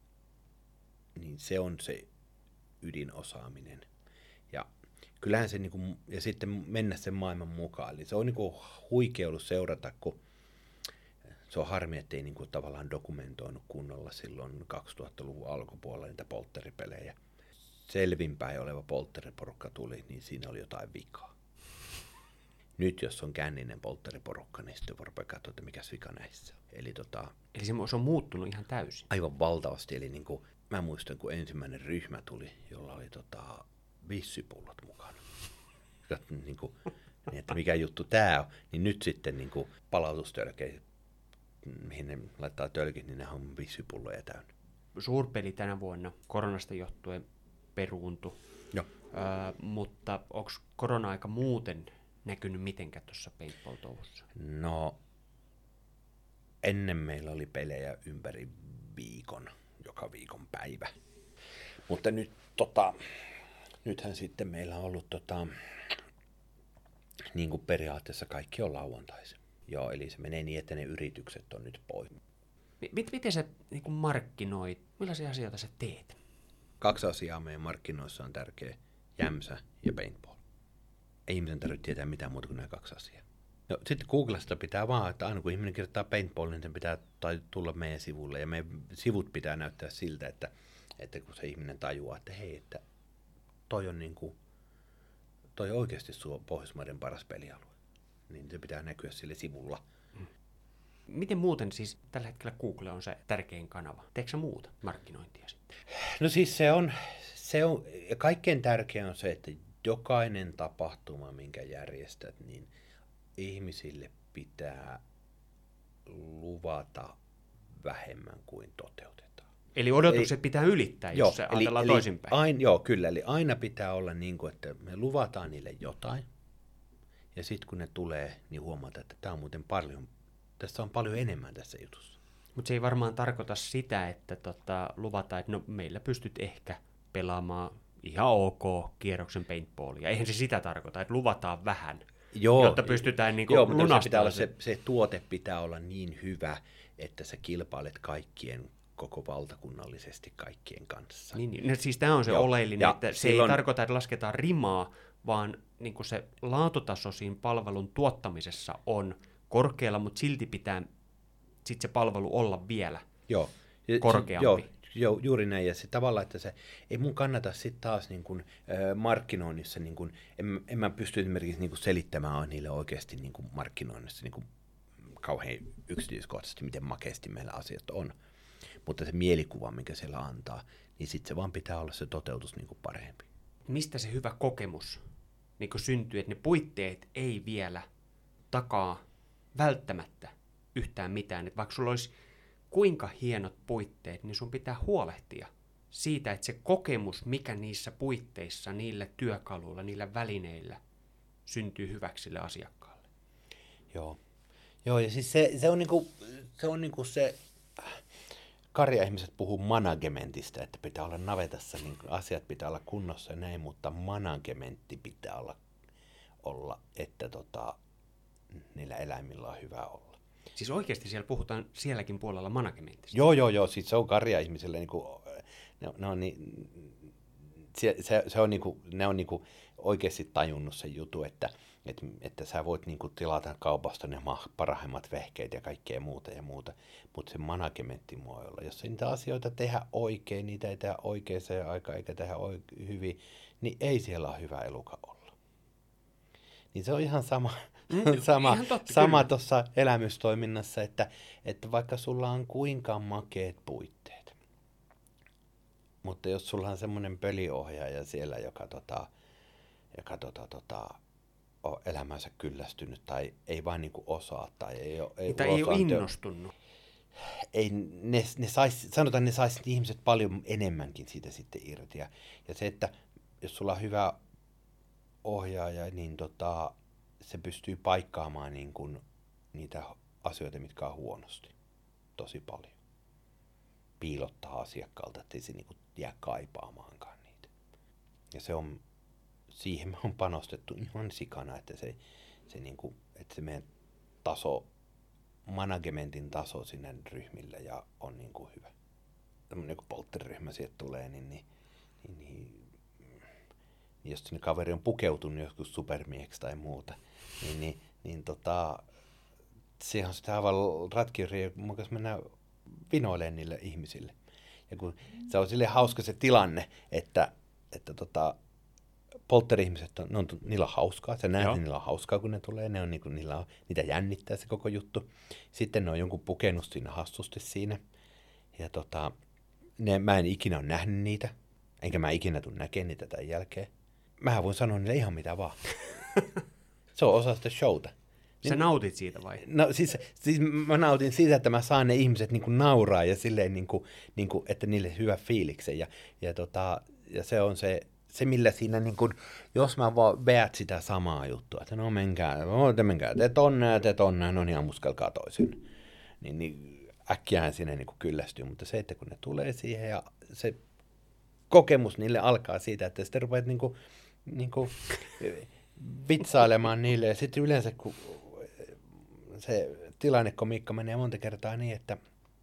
niin se on se ydinosaaminen. Ja kyllähän se, niinku, ja sitten mennä sen maailman mukaan. Eli se on niinku huikea ollut seurata, kun se on harmi, ettei niinku tavallaan dokumentoinut kunnolla silloin kaksituhattaluvun alkupuolella niitä poltteripelejä. Selvinpäin oleva poltteriporukka tuli, niin siinä oli jotain vikaa. Nyt jos on känninen poltteriporukka, niin sitten voi rupea katsoa, että mikäs vika näissä on. Eli, tota, Eli se on muuttunut ihan täysin. Aivan valtavasti. Eli niin kuin, mä muistan, kun ensimmäinen ryhmä tuli, jolla oli tota, vissypullot mukana. niin kuin, niin, että mikä juttu tää on. Niin nyt sitten niin kuin palautustölkeissä, mihin ne laittaa tölkit, niin ne on vissypulloja täynnä. Suurpeli tänä vuonna koronasta johtuen peruuntui. Joo. Öö, mutta onko korona-aika muuten näkynyt mitenkään tuossa paintball-touhussa? No, ennen meillä oli pelejä ympäri viikon, joka viikon päivä. Mutta nyt, tota, nythän sitten meillä on ollut tota, niin kuin periaatteessa kaikki on lauantaisin. Joo, eli se menee niin, että ne yritykset on nyt pois. M- miten sä niin kuin markkinoit? Millaisia asioita sä teet? Kaksi asiaa meidän markkinoissa on tärkeä, jämsä ja paintball. Ei ihmisen tarvitse tietää mitään muuta kuin nämä kaksi asiaa. No, sitten Googlesta pitää vaan, että aina kun ihminen kirjoittaa paintball, niin sen pitää tai tulla meidän sivulle. Ja meidän sivut pitää näyttää siltä, että, että kun se ihminen tajuaa, että hei, että toi on, niin kuin, toi on oikeasti Pohjoismaiden paras pelialue. Niin se pitää näkyä sille sivulla. Miten muuten siis tällä hetkellä Google on se tärkein kanava? Teekö sä muuta markkinointia sitten? No siis se on, se on, ja kaikkein tärkein on se, että jokainen tapahtuma, minkä järjestät, niin ihmisille pitää luvata vähemmän kuin toteutetaan. Eli odotukset eli, pitää ylittää, jos joo, se eli, ajatellaan eli toisinpäin. Ain, joo, kyllä. Eli aina pitää olla niin kuin, että me luvataan niille jotain, ja sitten kun ne tulee, niin huomataan, että tämä on muuten paljon, tässä on paljon enemmän tässä jutussa. Mutta se ei varmaan tarkoita sitä, että tota, luvataan, että no, meillä pystyt ehkä pelaamaan ihan ok kierroksen paintballia. Eihän se sitä tarkoita, että luvataan vähän, joo, jotta pystytään niinku joo, mutta se, pitää olla, se, se tuote pitää olla niin hyvä, että sä kilpailet kaikkien koko valtakunnallisesti kaikkien kanssa. Niin, niin. No, siis tämä on se joo, oleellinen, että se silloin ei tarkoita, että lasketaan rimaa, vaan niin kuin se laatutaso siinä palvelun tuottamisessa on korkealla, mutta silti pitää sit se palvelu olla vielä joo. korkeampi. Joo, joo, juuri näin. Ja se tavallaan, että se ei mun kannata sitten taas niin kuin, äh, markkinoinnissa, niin kuin, en, en mä pysty esimerkiksi niin kuin selittämään niille oikeasti niin kuin markkinoinnissa niin kuin kauhean yksityiskohtaisesti, miten makeasti meillä asiat on. Mutta se mielikuva, mikä siellä antaa, niin sitten se vaan pitää olla se toteutus niin kuin parempi. Mistä se hyvä kokemus niin kuin syntyy, että ne puitteet ei vielä takaa välttämättä yhtään mitään. Että vaikka sulla olisi kuinka hienot puitteet, niin sun pitää huolehtia siitä, että se kokemus, mikä niissä puitteissa, niillä työkaluilla, niillä välineillä syntyy hyväksi sille asiakkaalle. Joo, Joo ja siis se, se on niinku se, on niinku se karja-ihmiset puhuu managementista, että pitää olla navetassa, niin asiat pitää olla kunnossa ja näin, mutta managementti pitää olla, olla että tota, niillä eläimillä on hyvä olla. Siis oikeasti siellä puhutaan sielläkin puolella managementista? Joo, joo, joo. Siis se on karja-ihmiselle, niin kuin, ne, ne on, niin, se, se, se on, niin kuin, ne on niin kuin oikeasti tajunnut se jutu, että, että, että sä voit niin kuin tilata kaupasta ne parhaimmat vehkeet ja kaikkea muuta ja muuta, mutta se managementti voi olla. Jos ei niitä asioita tehdä oikein, niitä ei tehdä oikeaan aikaan eikä tehdä oikein, hyvin, niin ei siellä ole hyvä eluka olla. Niin se on ihan sama, mm, sama, sama tuossa elämystoiminnassa, että, että vaikka sulla on kuinka makeet puitteet, mutta jos sulla on semmoinen peliohjaaja siellä, joka, tota, joka tota, tota, ole elämänsä kyllästynyt tai ei vaan niin kuin osaa tai ei ole, ei tai ei ole innostunut. Ei, ne, ne sais, sanotaan, ne sais ihmiset paljon enemmänkin siitä sitten irti. Ja, ja se, että jos sulla on hyvä ohjaaja, niin tota, se pystyy paikkaamaan niin kuin niitä asioita, mitkä on huonosti tosi paljon. Piilottaa asiakkaalta, ettei se niin kuin jää kaipaamaankaan niitä. Ja se on, siihen me on panostettu ihan sikana, että se, se, niin kuin, että se meidän taso, managementin taso sinne ryhmille ja on niin kuin hyvä. Tämmöinen kun poltteriryhmä sieltä tulee, niin, niin, niin, niin, niin jos sinne kaveri on pukeutunut joskus supermieheksi tai muuta, niin, niin, niin tota, se on sitä aivan ratkiria, mun kanssa mennään vinoilemaan niille ihmisille. Ja kun se on silleen hauska se tilanne, että, että tota, poltteri-ihmiset, on, on, niillä on hauskaa, sä näet, niillä on hauskaa, kun ne tulee, ne on, niin kuin, niillä on, niitä jännittää se koko juttu. Sitten ne on jonkun pukenut siinä hassusti siinä. Ja tota, ne, mä en ikinä ole nähnyt niitä, enkä mä ikinä tule näkemään niitä tämän jälkeen. Mähän voin sanoa niille ihan mitä vaan. Se on osa sitä showta. Sä niin, nautit siitä vai? No siis, siis mä nautin siitä, että mä saan ne ihmiset niin kuin nauraa ja silleen, niin kuin, niin kuin, että niille hyvä fiiliksen. Ja, ja, tota, ja se on se, se, millä siinä, niin kuin, jos mä vaan veät sitä samaa juttua, että no menkää, no, te menkää, te tonne ja te tonne, no niin ammuskelkaa toisin. Niin, niin äkkiähän sinne niin kuin kyllästyy, mutta se, että kun ne tulee siihen ja se kokemus niille alkaa siitä, että sitten rupeat niin kuin, niin kuin vitsailemaan niille ja sitten yleensä kun se tilannekomiikka menee monta kertaa niin, että,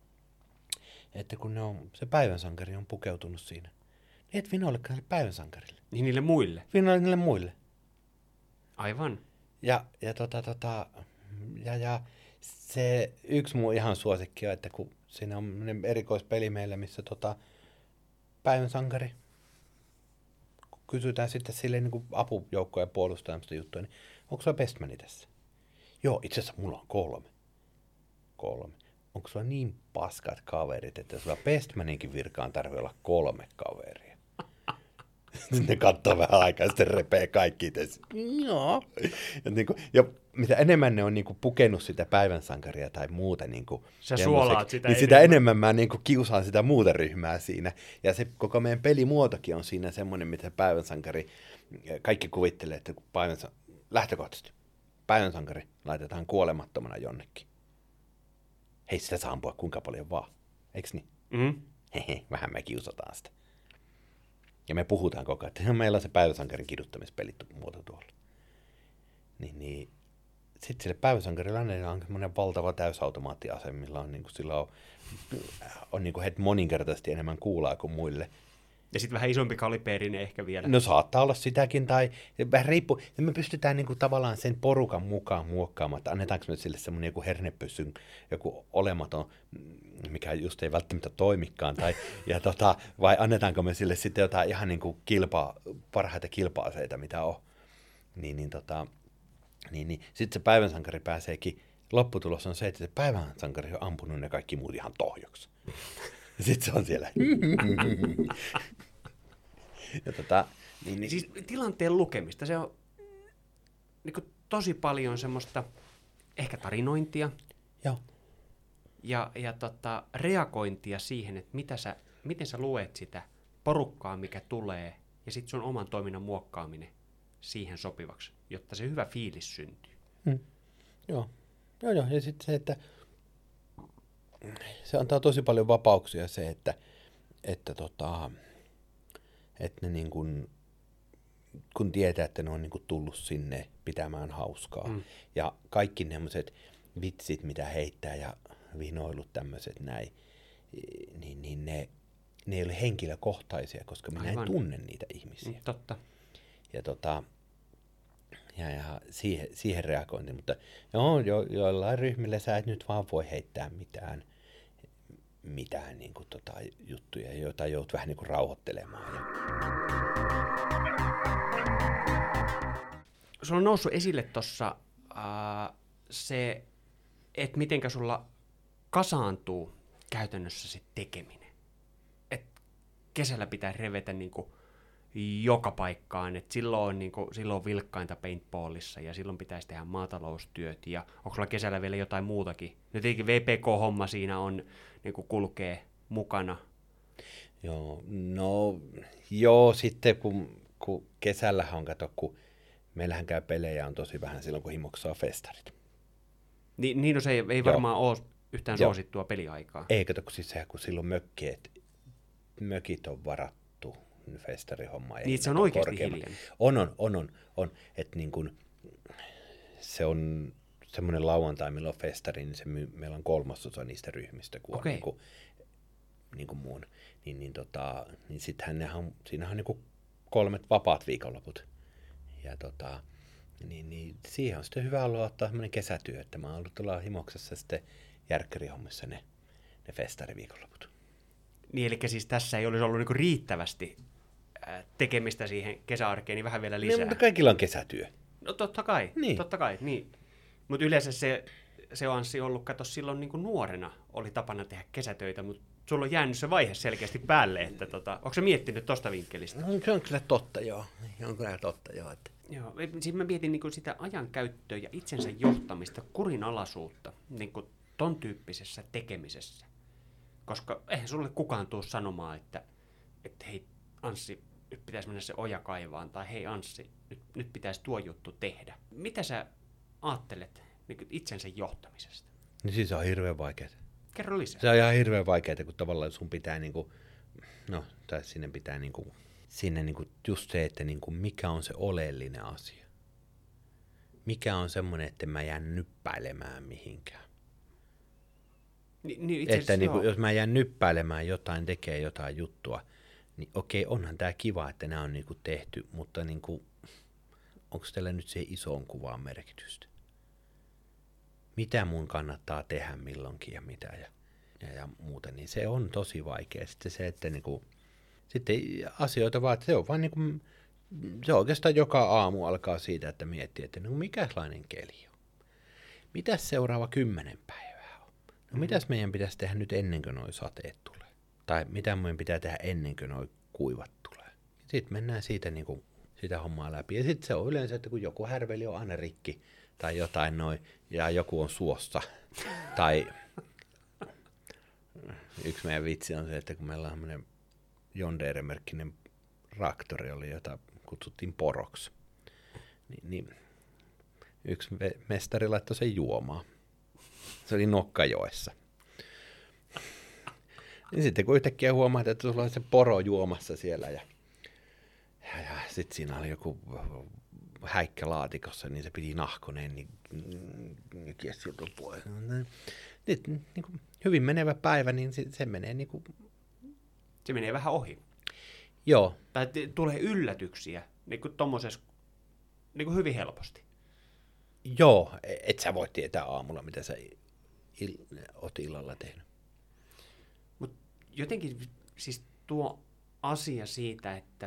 että kun ne on, se päivänsankari on pukeutunut siinä, niin et vinoillekaan sille päivänsankarille. Niin niille muille? Vinoille niille muille. Aivan. Ja, ja, tota, tota, ja, ja se yksi mun ihan suosikki on, että kun siinä on erikoispeli meillä, missä tota, päivänsankari, kun kysytään sitten silleen niin kuin apujoukkoja puolustajamista juttuja, niin onko sulla bestmani tässä? Joo, itse asiassa mulla on kolme. Kolme. Onko sulla niin paskat kaverit, että sulla bestmaninkin virkaan tarvii olla kolme kaveria? Sitten ne katsoo vähän aikaa ja sitten repee kaikki itse. Joo. Ja, niin kuin, ja mitä enemmän ne on niin kuin pukenut sitä päivänsankaria tai muuta. Niin kuin, sä suolaat sitä niin enemmän. sitä enemmän mä niin kuin kiusaan sitä muuta ryhmää siinä. Ja se koko meidän pelimuotokin on siinä semmoinen, mitä päivänsankari, kaikki kuvittelee, että päivänsankari, lähtökohtaisesti päivänsankari laitetaan kuolemattomana jonnekin. Hei, sitä saa ampua kuinka paljon vaan. Eiks niin? Mm. Hehe, vähän me kiusataan sitä. Ja me puhutaan koko ajan, että meillä on se päiväsankarin kiduttamispeli muoto tuolla. Niin, niin. Sitten sille päiväsankarilla on semmoinen valtava täysautomaattiase, millä on, niin kuin, sillä on, on niin kuin heti moninkertaisesti enemmän kuulaa kuin muille. Ja sitten vähän isompi kaliberinen ehkä vielä. No saattaa olla sitäkin, tai vähän riippuu. Ja me pystytään niin kuin, tavallaan sen porukan mukaan muokkaamaan, että annetaanko me sille semmoinen joku hernepyssyn, joku olematon, mikä just ei välttämättä toimikaan, tai, ja tota, vai annetaanko me sille sitten jotain ihan niin kuin kilpa, parhaita kilpa-aseita, mitä on. Niin, niin, tota, niin, niin. Sitten se päivänsankari pääseekin, lopputulos on se, että se päivänsankari on ampunut ne kaikki muut ihan tohjoksi. Sitten se on siellä. Ja tota, niin, niin. Siis tilanteen lukemista, se on niin kuin, tosi paljon semmoista ehkä tarinointia. Joo. Ja, ja tota, reagointia siihen, että mitä sä, miten sä luet sitä porukkaa, mikä tulee, ja sitten sun oman toiminnan muokkaaminen siihen sopivaksi, jotta se hyvä fiilis syntyy. Hmm. Joo. Joo, joo. Ja sitten se, että se antaa tosi paljon vapauksia se, että, että, tota, että ne niin kun, kun tietää, että ne on niin kun tullut sinne pitämään hauskaa. Mm. Ja kaikki nemmoiset vitsit, mitä heittää ja vinoilut tämmöiset näin, niin, niin ne, ne ei ole henkilökohtaisia, koska minä en tunne niitä ihmisiä. Mm, totta. Ja tota, Ja, ja siihen, siihen reagointiin, mutta joo, jo, joillain ryhmillä sä et nyt vaan voi heittää mitään, mitään niin kuin, tota, juttuja, joita joudut vähän niin kuin rauhoittelemaan. Ja... Sulla on noussut esille tuossa äh, se, että mitenkä sulla kasaantuu käytännössä se tekeminen. Et kesällä pitää revetä niin kuin joka paikkaan, että silloin on, niin kuin, silloin on vilkkainta paintballissa ja silloin pitäisi tehdä maataloustyöt ja onko sulla kesällä vielä jotain muutakin? Nyt tietenkin V P K-homma siinä on, niin kuin kulkee mukana. Joo, no joo, sitten kun, kun kesällähän on, kato, kun meillähän käy pelejä on tosi vähän silloin, kun himoksi saa festarit. Ni, niin, no se ei, ei varmaan ole yhtään Joo. suosittua peliaikaa. Ei, kato, kun siis sehän, kun silloin mökkiet, mökit on varattu festarihomma. Niin, se on oikeasti hiljainen. On, on, on, on, on. Että niin kun, se on semmoinen lauantai, milloin on festari, niin se myy, meillä on kolmasosa niistä ryhmistä, kun okay. on niin kuin, niin kuin muun. Niin, niin, tota, niin sittenhän on, siinähän on niin kuin kolmet vapaat viikonloput. Ja tota, niin, niin siihen on sitten hyvä olla ottaa semmoinen kesätyö, että mä oon ollut tuolla himoksessa sitten järkkärihommissa ne, ne festariviikonloput. Niin, eli siis tässä ei olisi ollut niinku riittävästi tekemistä siihen kesäarkeen, niin vähän vielä lisää. Niin, mutta kaikilla on kesätyö. No totta kai, niin. totta kai, niin. Mutta yleensä se, se on Anssi ollut, kato silloin niinku nuorena oli tapana tehdä kesätöitä, mutta sulla on jäänyt se vaihe selkeästi päälle, että tota, onko se miettinyt tosta vinkkelistä? No, se on kyllä totta, joo. Se on kyllä totta, joo. Että... Joo, siis mä mietin niinku sitä ajankäyttöä ja itsensä johtamista, kurinalaisuutta, niinku ton tyyppisessä tekemisessä. Koska eihän sulle kukaan tuu sanomaan, että, että hei Anssi, nyt pitäisi mennä se oja kaivaan, tai hei Anssi, nyt, nyt pitäisi tuo juttu tehdä. Mitä sä ajattelet niin itsensä johtamisesta? Niin siis se on hirveän vaikeaa. Kerro lisää. Se on ihan hirveän vaikeaa, kun tavallaan sun pitää niinku, no, tai sinne pitää niinku, sinne niinku just se, että niinku mikä on se oleellinen asia. Mikä on semmoinen, että mä jään nyppäilemään mihinkään. Ni, niin että niinku, jos mä jään nyppäilemään jotain, tekee jotain juttua, niin okei, onhan tää kiva, että nämä on niinku tehty, mutta niinku, onko teillä nyt siihen isoon kuvaan merkitystä? Mitä mun kannattaa tehdä milloinkin ja mitä ja, ja, ja muuta, niin se on tosi vaikea. Sitten se, että niinku, sitten asioita vaan, että se on vaan niinku, se oikeastaan joka aamu alkaa siitä, että miettii, että no mikälainen keli on. Mitäs seuraava kymmenen päivää on? No mm-hmm. mitäs meidän pitäisi tehdä nyt ennen kuin noi sateet tulee? Tai mitä meidän pitää tehdä ennen kuin noi kuivat tulee? Sitten mennään siitä niinku, sitä hommaa läpi. Ja sitten se on yleensä, että kun joku härveli on aina rikki, tai jotain noin, ja joku on suossa. Tai yksi meidän vitsi on se, että kun meillä on semmoinen John Deere-merkkinen traktori oli, jota kutsuttiin poroksi, niin, niin yksi mestari laittoi sen juomaan. Se oli Nokkajoessa. Niin sitten kun yhtäkkiä huomaat, että sulla on se poro juomassa siellä, ja, ja, ja sitten siinä oli joku häikkälaatikossa, niin se piti nahkoneen, niin kiesi siltä pois. Nyt niin kuin hyvin menevä päivä, niin se, se menee niin kuin... Se menee vähän ohi. Joo. Tai t- tulee yllätyksiä, niin kuin tommosessa, niin kuin hyvin helposti. Joo, et sä voi tietää aamulla, mitä sä il- oot illalla tehnyt. Mut jotenkin siis tuo asia siitä, että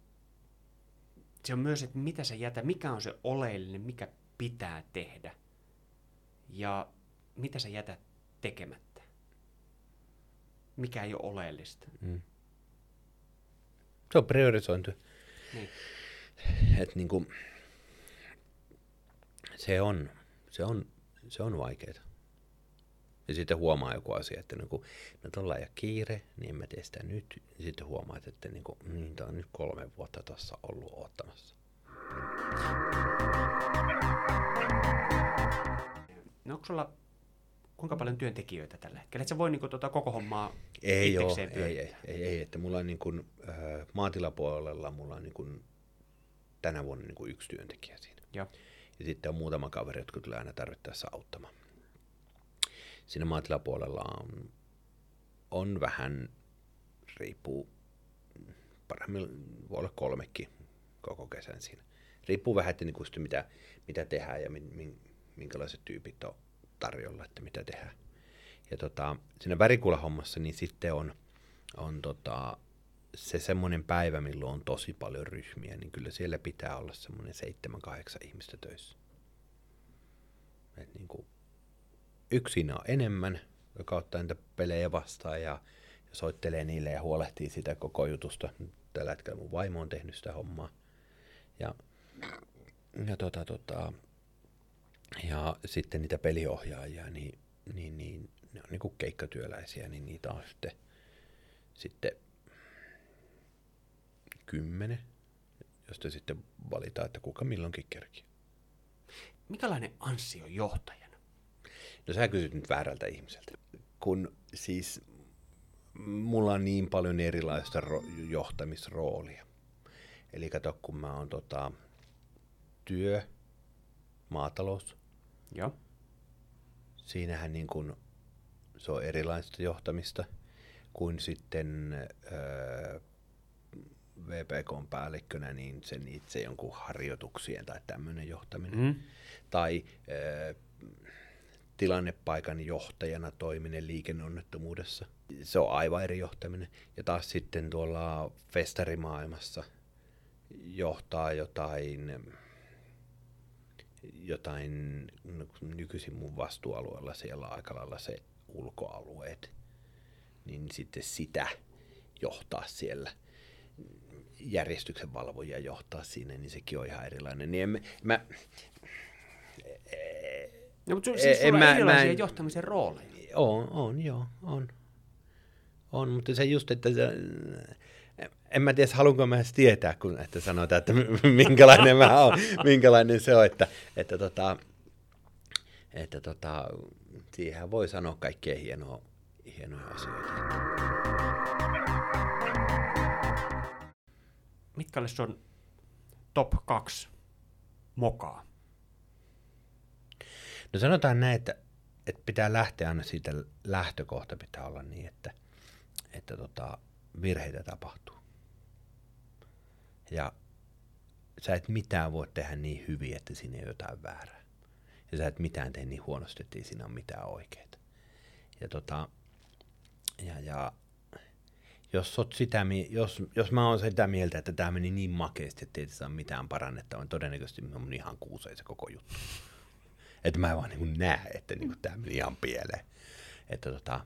se on myös, että mitä sä jätät, mikä on se oleellinen, mikä pitää tehdä ja mitä sä jätät tekemättä. Mikä ei ole oleellista. Mm. Se on priorisointi. Niin. Et niinku, se on, se on, se on vaikeaa. Ja sitten huomaa joku asia, että niinku, no tuolla ei ole kiire, niin en mä tee sitä nyt. Ja sitten huomaat, että niinku, niin tämä on nyt kolme vuotta tuossa ollut odottamassa. No onko sulla kuinka paljon työntekijöitä tällä hetkellä? Et sä voi niinku tuota koko hommaa ei itsekseen joo, ei, ei, ei, ei, että mulla on niin kuin, äh, maatilapuolella mulla on niin kuin, tänä vuonna niin kuin yksi työntekijä siinä. Joo. Ja sitten on muutama kaveri, jotka tulee aina tarvittaessa auttamaan. Siinä maatilapuolella on, on vähän, riippuu, parhaimmillaan voi olla kolmekin koko kesän siinä. Riippuu vähän, että niin kuin mitä, mitä tehdään ja min, minkälaiset tyypit on tarjolla, että mitä tehdään. Ja tota, siinä värikulahommassa niin sitten on, on tota, se semmoinen päivä, milloin on tosi paljon ryhmiä, niin kyllä siellä pitää olla semmoinen seitsemän, kahdeksan ihmistä töissä. Et niin kuin yksin on enemmän, joka ottaa niitä pelejä vastaan ja, ja soittelee niille ja huolehtii sitä koko jutusta. tällä hetkellä mun vaimo on tehnyt sitä hommaa. Ja, ja, tota, tota, ja sitten niitä peliohjaajia, niin, niin, niin ne on niin kuin keikkatyöläisiä, niin niitä on sitten, sitten kymmenen, josta sitten valitaan, että kuka milloinkin kerkii. Mikälainen Anssi on johtajana? No sä kysyt nyt väärältä ihmiseltä. Kun siis mulla on niin paljon erilaista ro- johtamisroolia. Eli kato, kun mä oon tota, työ, maatalous. Joo. Siinähän niin kun, se on erilaista johtamista kuin sitten öö, V P K:n päällikkönä, niin sen itse jonkun harjoituksien tai tämmöinen johtaminen. Mm. Tai öö, tilannepaikan johtajana toiminen liikenneonnettomuudessa. Se on aivan eri johtaminen. Ja taas sitten tuolla festarimaailmassa johtaa jotain, jotain nykyisin mun vastuualueella siellä on aika lailla se ulkoalueet. Niin sitten sitä johtaa siellä. Järjestyksen valvojia johtaa siinä, niin sekin on ihan erilainen. Niin en, mä, No, mutta siis sulla on mä, erilaisia mä, johtamisen rooleja. On, on, joo, on. On, mutta se just, että se, en mä tiedä, haluanko mä edes tietää, kun että sanotaan, että minkälainen mä oon, minkälainen se on, että, että, tota, että tota, siihen voi sanoa kaikkea hienoa, hienoja asioita. Mitkä olisi sun top kaksi mokaa? No sanotaan näin, että, että pitää lähteä aina siitä, lähtökohta pitää olla niin, että, että tota, virheitä tapahtuu. Ja sä et mitään voi tehdä niin hyvin, että siinä ei ole jotain väärää. Ja sä et mitään tee niin huonosti, että ei siinä ole mitään oikeaa. Ja, tota, ja, ja jos, oot sitä, jos, jos mä oon sitä mieltä, että tämä meni niin makeasti, että ei saa mitään parannettavaa, niin todennäköisesti on ihan kuuseen se koko juttu. Että mä en vaan niin näe, että niin tämä meni ihan pieleen. Että tota,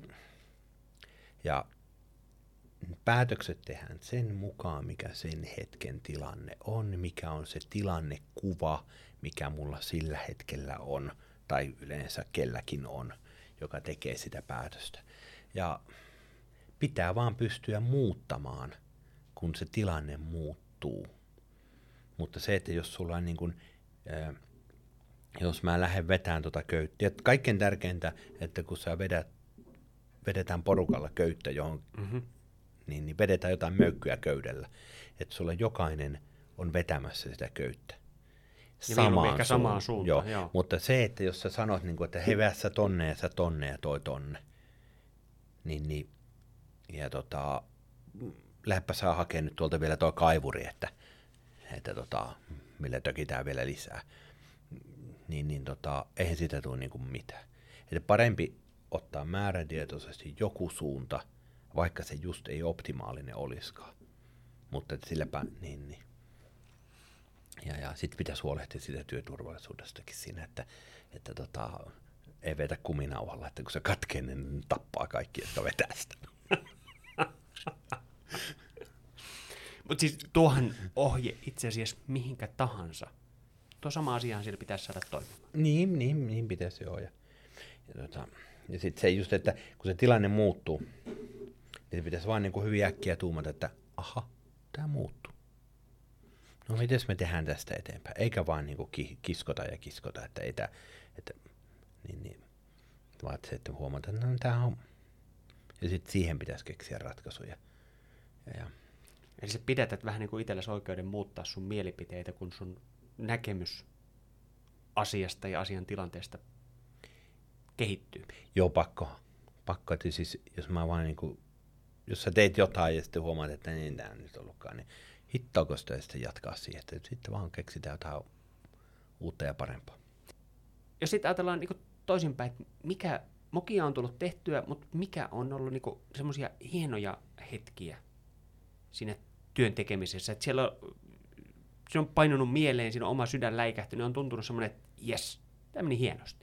ja päätökset tehdään sen mukaan, mikä sen hetken tilanne on, mikä on se tilannekuva, mikä mulla sillä hetkellä on, tai yleensä kelläkin on, joka tekee sitä päätöstä. Ja pitää vaan pystyä muuttamaan, kun se tilanne muuttuu. Mutta se, että jos sulla on niin kuin, äh, jos mä lähden vetämään tuota köyttä, kaikkein tärkeintä, että kun sä vedät, vedetään porukalla köyttä johon, mm-hmm. niin, niin vedetään jotain möykkyä köydellä, että sulla jokainen on vetämässä sitä köyttä. Samaan suuntaan. Samaan suuntaan, joo. Joo. Mutta se, että jos sä sanot, niin kuin, että hei, vää sä tonne ja sä tonne ja toi tonne, niin, niin ja tota, lähdepä saa hakea nyt tuolta vielä tuo kaivuri, että, että tota, millä tökitään vielä lisää. Niin, niin tota, eihän sitä tule niin kuin mitään. Että parempi ottaa määrätietoisesti joku suunta, vaikka se just ei optimaalinen olisikaan. Mutta että silläpä, niin, niin. Ja, ja sitten pitäisi huolehtia sitä työturvallisuudestakin siinä, että, että tota, ei vetä kuminauhalla, että kun se katkee, niin tappaa kaikki, jotka vetää sitä. Mutta siis tuohan ohje itse asiassa mihinkä tahansa. Tuo sama asiahan sillä pitäisi saada toimimaan. Niin, niin, niin pitäisi joo. Ja, ja, tota, ja sitten se just, että kun se tilanne muuttuu, niin pitäisi vaan niin kuin hyvin äkkiä tuumata, että aha, tämä muuttuu. No miten me tehdään tästä eteenpäin? Eikä vaan niin kuin kiskota ja kiskota, että ei tämä, että, niin, niin, vaan se, että huomata, että no tämä on. Ja sitten siihen pitäisi keksiä ratkaisuja. Ja, ja. Eli sä pidätät vähän niin kuin itsellesi oikeuden muuttaa sun mielipiteitä, kun sun näkemys asiasta ja asian tilanteesta kehittyy. Joo, pakko. Pakko, että siis jos mä vaan niin kuin, jos sä teet jotain ja sitten huomaat, että niin tämä nyt ollutkaan, niin hittoako sitä sitten jatkaa siihen, että sitten vaan keksitään jotain uutta ja parempaa. Jos sitten ajatellaan niin kuin toisinpäin, että mikä mokia on tullut tehtyä, mutta mikä on ollut niin kuin semmoisia hienoja hetkiä siinä työn tekemisessä, että siellä on, se on painunut mieleen, siinä on oma sydän läikähtynyt, on tuntunut semmoinen, että jes, tämä meni hienosti.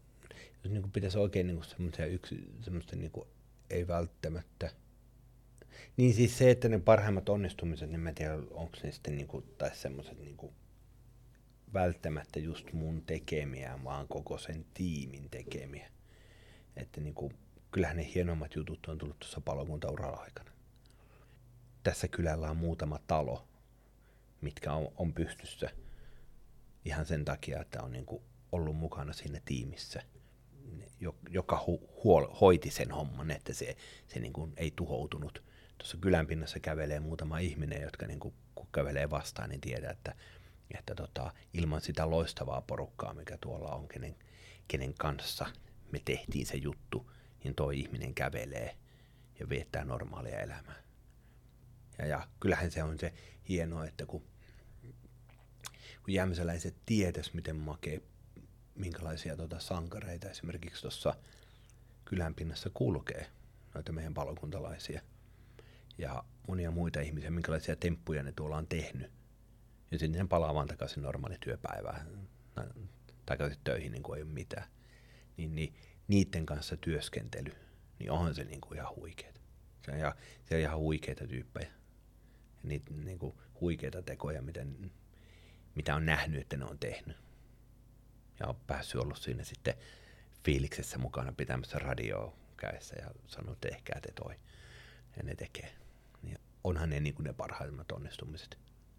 Jos niin kuin pitäisi oikein niin kuin semmoisia yksi, semmoista niin kuin ei välttämättä, Niin siis se, että ne parhaimmat onnistumiset, niin mä en tiedä, onko ne sitten niinku, tai semmoiset niinku, välttämättä just mun tekemiä, vaan koko sen tiimin tekemiä. Että niinku, kyllähän ne hienommat jutut on tullut tuossa palokuntauralla aikana. Tässä kylällä on muutama talo, mitkä on, on pystyssä ihan sen takia, että on niinku ollut mukana siinä tiimissä, joka hu- huol- hoiti sen homman, että se, se niinku ei tuhoutunut. Tuossa kylän pinnassa kävelee muutama ihminen, jotka niinku, kun kävelee vastaan, niin tiedää, että, että tota, ilman sitä loistavaa porukkaa, mikä tuolla on, kenen, kenen kanssa me tehtiin se juttu, niin toi ihminen kävelee ja viettää normaalia elämää. Ja, ja kyllähän se on se hienoa, että kun, kun jämsäläiset tietäis, miten makee, minkälaisia tota sankareita esimerkiksi tuossa kylän pinnassa kulkee, noita meidän palokuntalaisia ja monia muita ihmisiä, minkälaisia temppuja ne tuolla on tehnyt. Ja sitten ne palaa vaan takaisin normaali työpäivään, takaisin töihin, niin kuin ei ole mitään. Niin, niin niiden kanssa työskentely, niin onhan se niin kuin ihan huikeeta. Se on ihan, se on ihan huikeita tyyppejä. Ja niitä niin kuin huikeita tekoja, miten, mitä on nähnyt, että ne on tehnyt. Ja on päässyt ollut siinä sitten fiiliksessä mukana pitämässä radioa kädessä ja sanoo, että tehkää te toi. Ja ne tekee. Niin onhan ne niin kuin ne parhaimmat onnistumiset.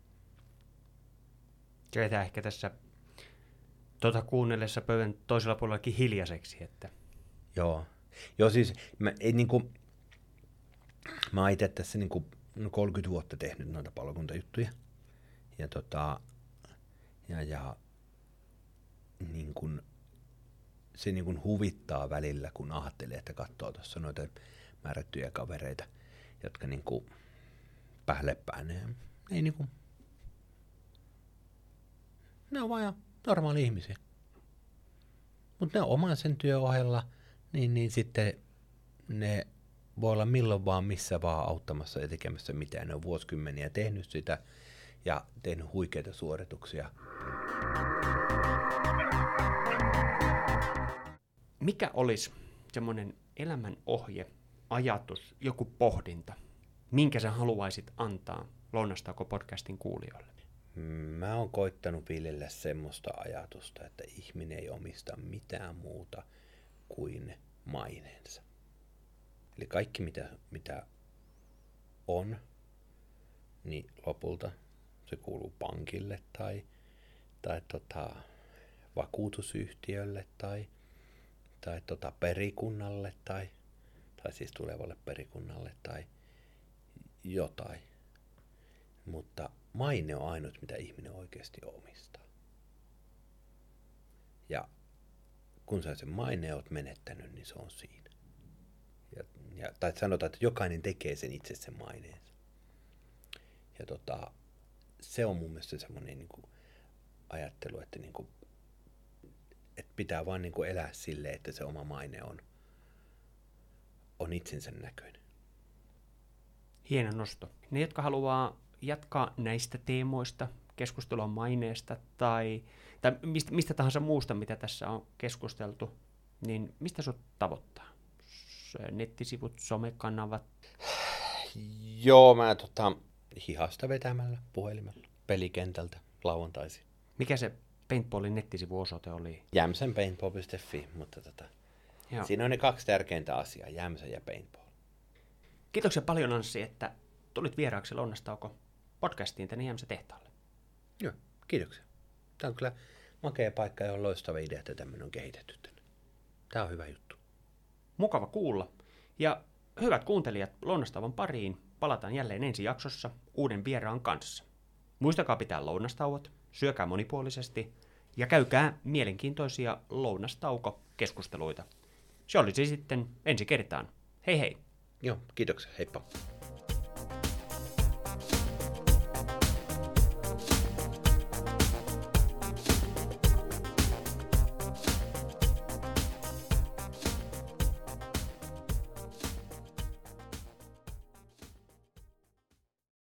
Ketään ehkä tässä tuota kuunnellessa pöydän toisella puolellakin hiljaiseksi. Että... Joo. Joo, siis mä, ei, niin kuin, mä oon itse tässä niin kuin, no kolmekymmentä vuotta tehnyt noita palokuntajuttuja. Ja, tota, ja, ja niin kuin, se niin kuin huvittaa välillä, kun ajattelee, että katsoo tuossa noita määrättyjä kavereita, jotka niin kuin päälle päin. Ei niin kuin, ne on vaan ihan normaali ihmisiä. Mutta ne oman sen työn ohella, niin, niin sitten ne voi olla milloin vaan, missä vaan auttamassa ja tekemässä mitään. Ne on vuosikymmeniä tehnyt sitä ja tehnyt huikeita suorituksia. Mikä olisi semmoinen elämän ohje, ajatus, joku pohdinta, minkä sä haluaisit antaa Lounastauko-podcastin kuulijoille? Mä oon koittanut viljellä semmoista ajatusta, että ihminen ei omista mitään muuta kuin maineensa. Eli kaikki mitä, mitä on, niin lopulta se kuuluu pankille tai, tai tota, vakuutusyhtiölle tai, tai tota perikunnalle tai, tai siis tulevalle perikunnalle tai jotain. Mutta maine on ainut, mitä ihminen oikeasti omistaa. Ja kun sä sen maineen oot menettänyt, niin se on siinä. Ja, ja, tai sanotaan, että jokainen tekee sen itse sen maineensa. Ja tota, se on mun mielestä semmoinen niin kuin ajattelu, että, niin kuin, että pitää vaan niin kuin elää silleen, että se oma maine on, on itsensä näköinen. Hieno nosto. Ne, jotka haluaa jatkaa näistä teemoista, keskustelua maineesta tai, tai mistä, mistä tahansa muusta, mitä tässä on keskusteltu, niin mistä sut tavoittaa? Nettisivut, somekanavat? Joo, mä tota, hihasta vetämällä puhelimella pelikentältä lauantaisin. Mikä se Paintballin nettisivuosoite oli? jämsän paintball piste fi, mutta tota, siinä on ne kaksi tärkeintä asiaa, Jämsä ja Paintball. Kiitoksia paljon, Anssi, että tulit vieraaksi Lounastauko podcastiin tänne Jämsä-tehtaalle. Joo, kiitoksia. Tämä on kyllä makea paikka ja on loistava idea, että tämmöinen on kehitetty tänne. Tämä on hyvä juttu. Mukava kuulla. Ja hyvät kuuntelijat, Lounastauvon pariin palataan jälleen ensi jaksossa uuden vieraan kanssa. Muistakaa pitää lounastauot, syökää monipuolisesti ja käykää mielenkiintoisia lounastauko-keskusteluita. Se olisi sitten ensi kertaan. Hei hei! Joo, kiitoksia. Heippa.